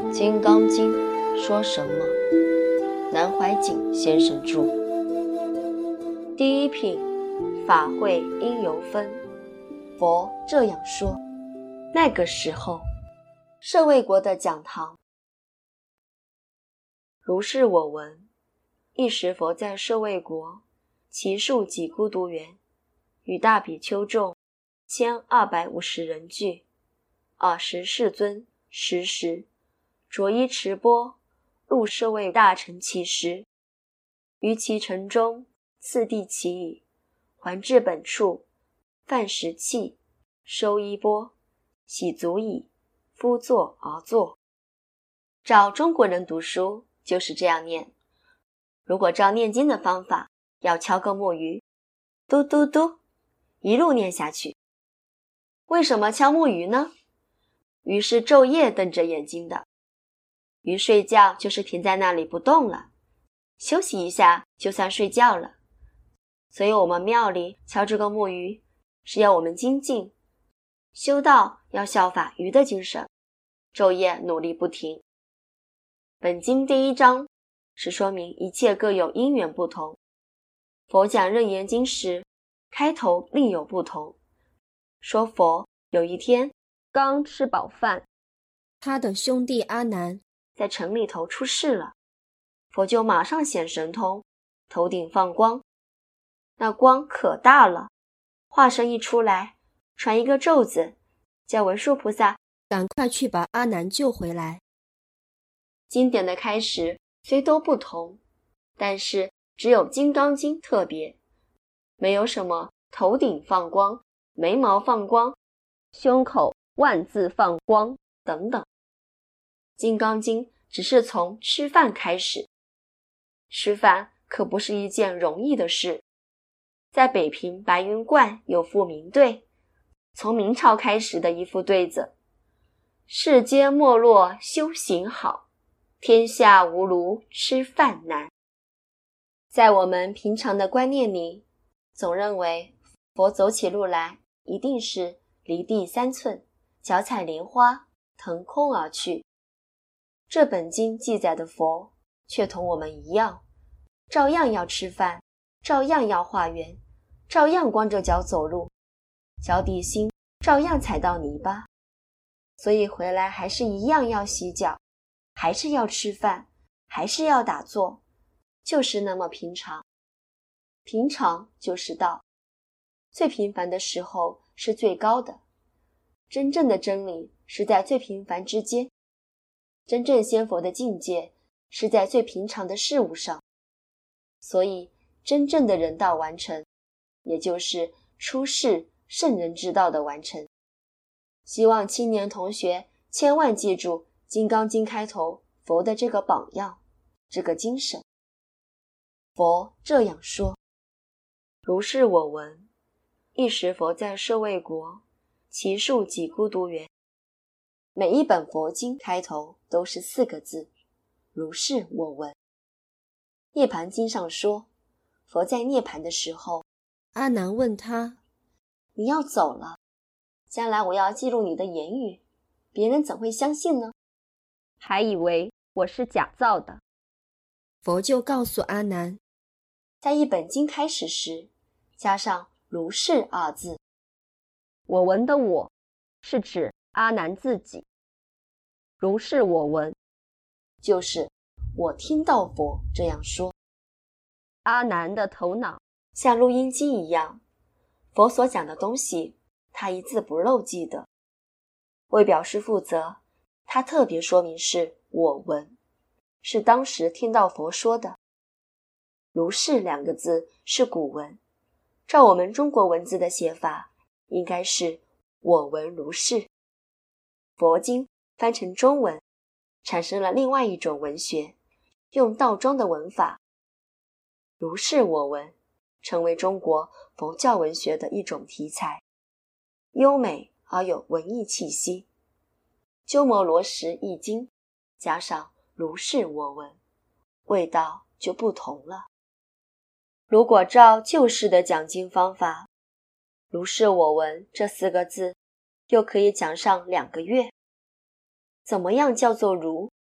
《金刚经》说什么？南怀瑾先生著。第一品，法会因由分。佛这样说。那个时候，舍卫国的讲堂，如是我闻。一时佛在舍卫国，其数几孤独园，与大比丘众1250人聚。20世尊时着衣持钵，入舍卫大城其时，于其城中次第其已，还至本处，饭食讫，收衣钵，洗足矣，敷坐而坐。照中国人读书就是这样念，如果照念经的方法，要敲个木鱼，嘟嘟嘟，一路念下去。为什么敲木鱼呢？鱼是昼夜瞪着眼睛的，鱼睡觉就是停在那里不动了，休息一下就算睡觉了。所以我们庙里敲这个木鱼，是要我们精进修道，要效法鱼的精神，昼夜努力不停。本经第一章是说明一切各有因缘不同。佛讲楞严经时，开头另有不同，说佛有一天刚吃饱饭， 他的兄弟阿难在城里头出事了，佛就马上显神通，头顶放光，那光可大了，化身一出来，传一个咒子，叫文殊菩萨赶快去把阿难救回来。 经典的开始虽都不同，但是只有《金刚经》特别，没有什么头顶放光、眉毛放光、胸口万字放光等等。《金刚经》只是从吃饭开始，吃饭可不是一件容易的事。在北平白云观有副名对，从明朝开始的一副对子：世间没落修行好，天下无如吃饭难。在我们平常的观念里，总认为佛走起路来一定是离地3寸，脚踩莲花，腾空而去。这本经记载的佛却同我们一样，照样要吃饭，照样要化缘，照样光着脚走路，脚底心照样踩到泥巴，所以回来还是一样要洗脚，还是要吃饭，还是要打坐，就是那么平常。平常就是道，最平凡的时候是最高的。真正的真理是在最平凡之间，真正仙佛的境界是在最平常的事物上。所以真正的人道完成，也就是出世圣人之道的完成。希望青年同学千万记住《金刚经》开头佛的这个榜样，这个精神。佛这样说。如是我闻。一时佛在舍卫国，其数几孤独园。每一本佛经开头都是4个字，如是我闻。涅盘经上说，佛在涅盘的时候， 阿难问他， 你要走了，将来我要记录你的言语，别人怎会相信呢？还以为我是假造的。 佛就告诉阿难， 在一本经开始时，加上如是2字。我闻的我是指阿难自己，如是我闻就是我听到佛这样说。阿难的头脑像录音机一样，佛所讲的东西他一字不漏记得。为表示负责，他特别说明是我闻，是当时听到佛说的。如是2个字是古文，照我们中国文字的写法，应该是我闻如是。佛经翻成中文，产生了另外一种文学，用道庄的文法。如是我闻成为中国佛教文学的一种题材，优美而有文艺气息。鸠摩罗什译经加上如是我闻，味道就不同了。如果照旧式的讲经方法，如是我闻这4个字又可以讲上2个月。怎么样叫做如，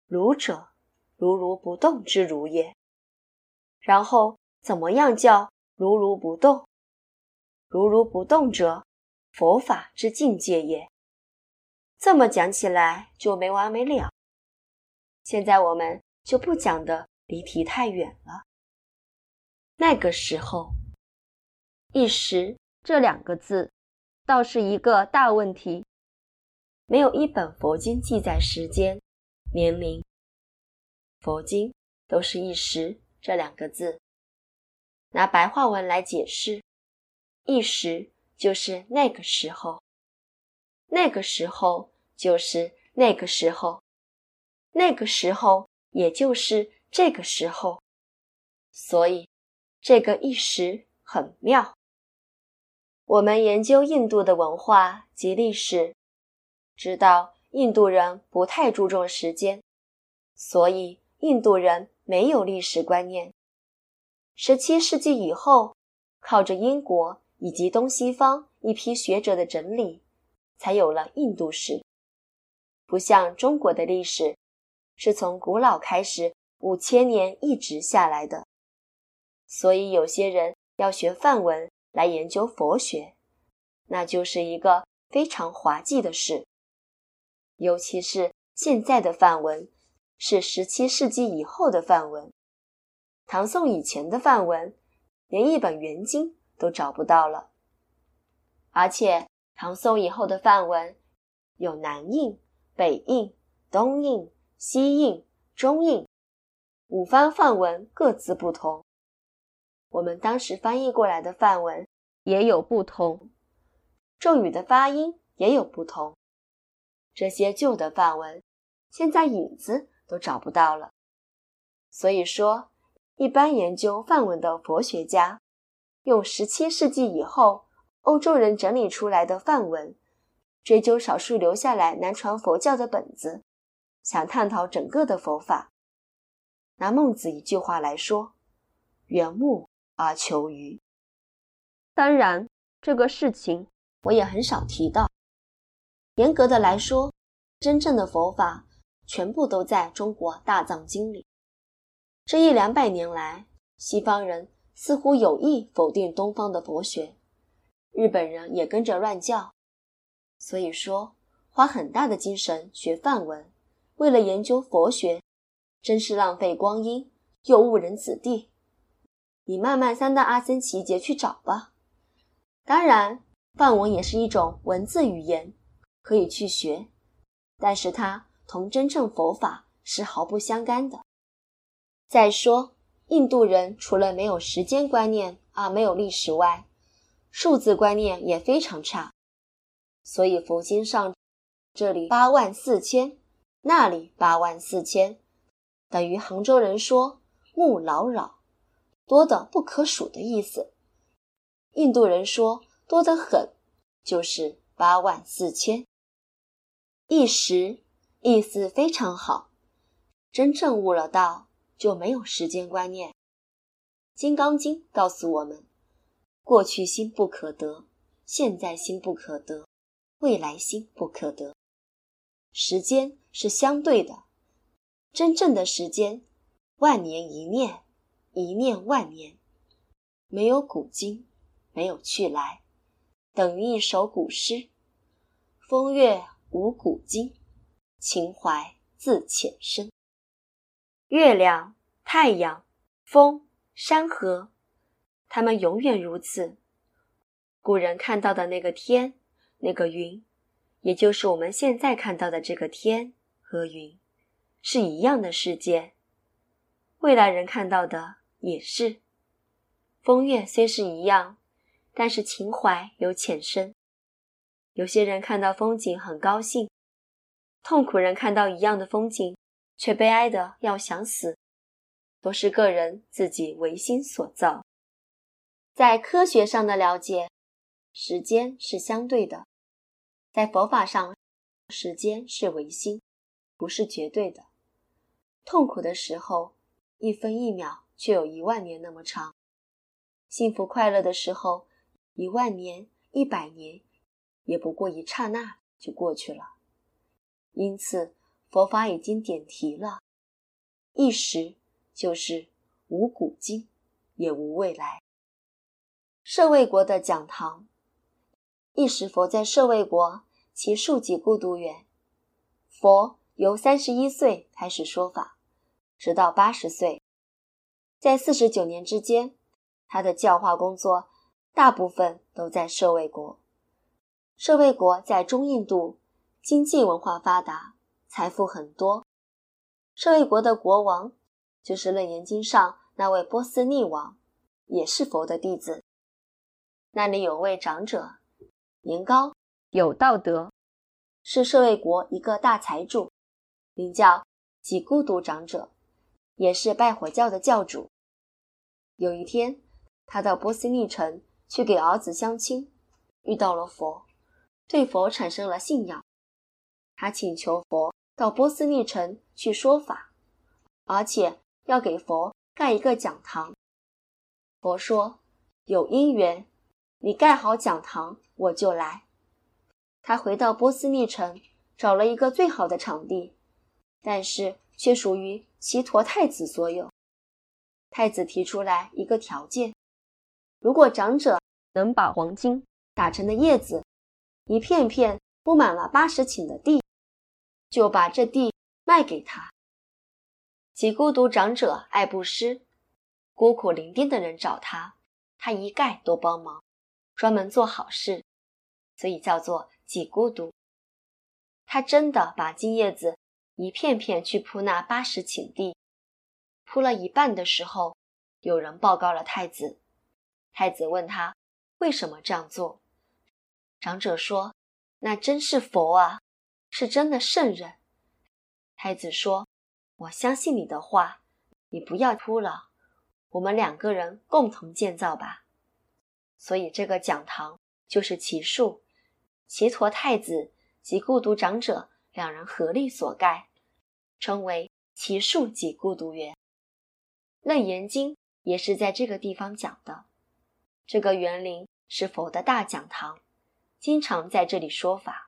如者，如不动之如也。然后怎么样叫如不动？如不动者，佛法之境界也。这么讲起来就没完没了。现在我们就不讲的离题太远了。那个时候，一时这2个字倒是一个大问题，没有一本佛经记载时间、年龄。佛经都是一时这2个字。拿白话文来解释，一时就是那个时候，那个时候就是那个时候，那个时候也就是这个时候。所以这个一时很妙。我们研究印度的文化及历史，知道印度人不太注重时间，所以印度人没有历史观念。17世纪以后，靠着英国以及东西方一批学者的整理，才有了印度史。不像中国的历史，是从古老开始5000年一直下来的。所以有些人要学梵文来研究佛学，那就是一个非常滑稽的事。尤其是现在的梵文是17世纪以后的梵文，唐宋以前的梵文连一本原经都找不到了。而且唐宋以后的梵文有南印、北印、东印、西印、中印，5番梵文各自不同。我们当时翻译过来的梵文也有不同，咒语的发音也有不同。这些旧的梵文现在影子都找不到了。所以说，一般研究梵文的佛学家用17世纪以后欧洲人整理出来的梵文，追究少数留下来南传佛教的本子，想探讨整个的佛法。拿孟子一句话来说，缘木而求鱼。当然，这个事情我也很少提到。严格的来说，真正的佛法全部都在中国大藏经里。这100-200年来，西方人似乎有意否定东方的佛学，日本人也跟着乱叫。所以说，花很大的精神学梵文，为了研究佛学，真是浪费光阴，又误人子弟。你慢慢3大阿僧祇劫去找吧。当然，梵文也是一种文字语言，可以去学，但是它同真正佛法是毫不相干的。再说，印度人除了没有时间观念没有历史外，数字观念也非常差。所以佛经上这里84000，那里84000，等于杭州人说木老扰，多得不可数的意思。印度人说多得很，就是84000。一时意思非常好，真正悟了道就没有时间观念。金刚经告诉我们，过去心不可得，现在心不可得，未来心不可得。时间是相对的，真正的时间万年一念，一念万年。没有古今，没有去来，等于一首古诗。风月无古今，情怀自浅深。月亮、太阳、风、山河，它们永远如此。古人看到的那个天，那个云，也就是我们现在看到的这个天和云，是一样的世界。未来人看到的也是。风月虽是一样，但是情怀有浅深。有些人看到风景很高兴，痛苦人看到一样的风景，却悲哀的要想死，都是个人自己唯心所造。在科学上的了解，时间是相对的；在佛法上，时间是唯心，不是绝对的。痛苦的时候，1分1秒却有10000年那么长；幸福快乐的时候，10000年、100年也不过一刹那就过去了。因此， 佛法已经点题了，一时就是无古今，也无未来。舍卫国的讲堂，一时佛在舍卫国其数即孤独园，佛由31岁开始说法，直到80岁，在49年之间，他的教化工作大部分都在舍卫国。舍卫国在中印度，经济文化发达，财富很多。舍卫国的国王就是《楞严经》上那位波斯匿王，也是佛的弟子。那里有位长者，年高有道德，是舍卫国一个大财主，名叫己孤独长者，也是拜火教的教主。有一天，他到波斯匿城去给儿子相亲，遇到了佛，对佛产生了信仰。他请求佛到波斯匿城去说法，而且要给佛盖一个讲堂。佛说，有因缘，你盖好讲堂，我就来。他回到波斯匿城，找了一个最好的场地，但是却属于祇陀太子所有。太子提出来一个条件，如果长者能把黄金打成的叶子一片片铺满了80顷的地，就把这地卖给他。己孤独长者爱布施，孤苦伶仃的人找他，他一概都帮忙，专门做好事，所以叫做己孤独。他真的把金叶子一片片去铺那80顷地，铺了一半的时候，有人报告了太子。太子问他为什么这样做，长者说，那真是佛啊，是真的圣人。太子说，我相信你的话，你不要铺了，我们2个人共同建造吧。所以这个讲堂就是其数，祇陀太子及孤独长者2人合力所盖，称为其数即孤独园。楞严经也是在这个地方讲的，这个园林是佛的大讲堂，经常在这里说法。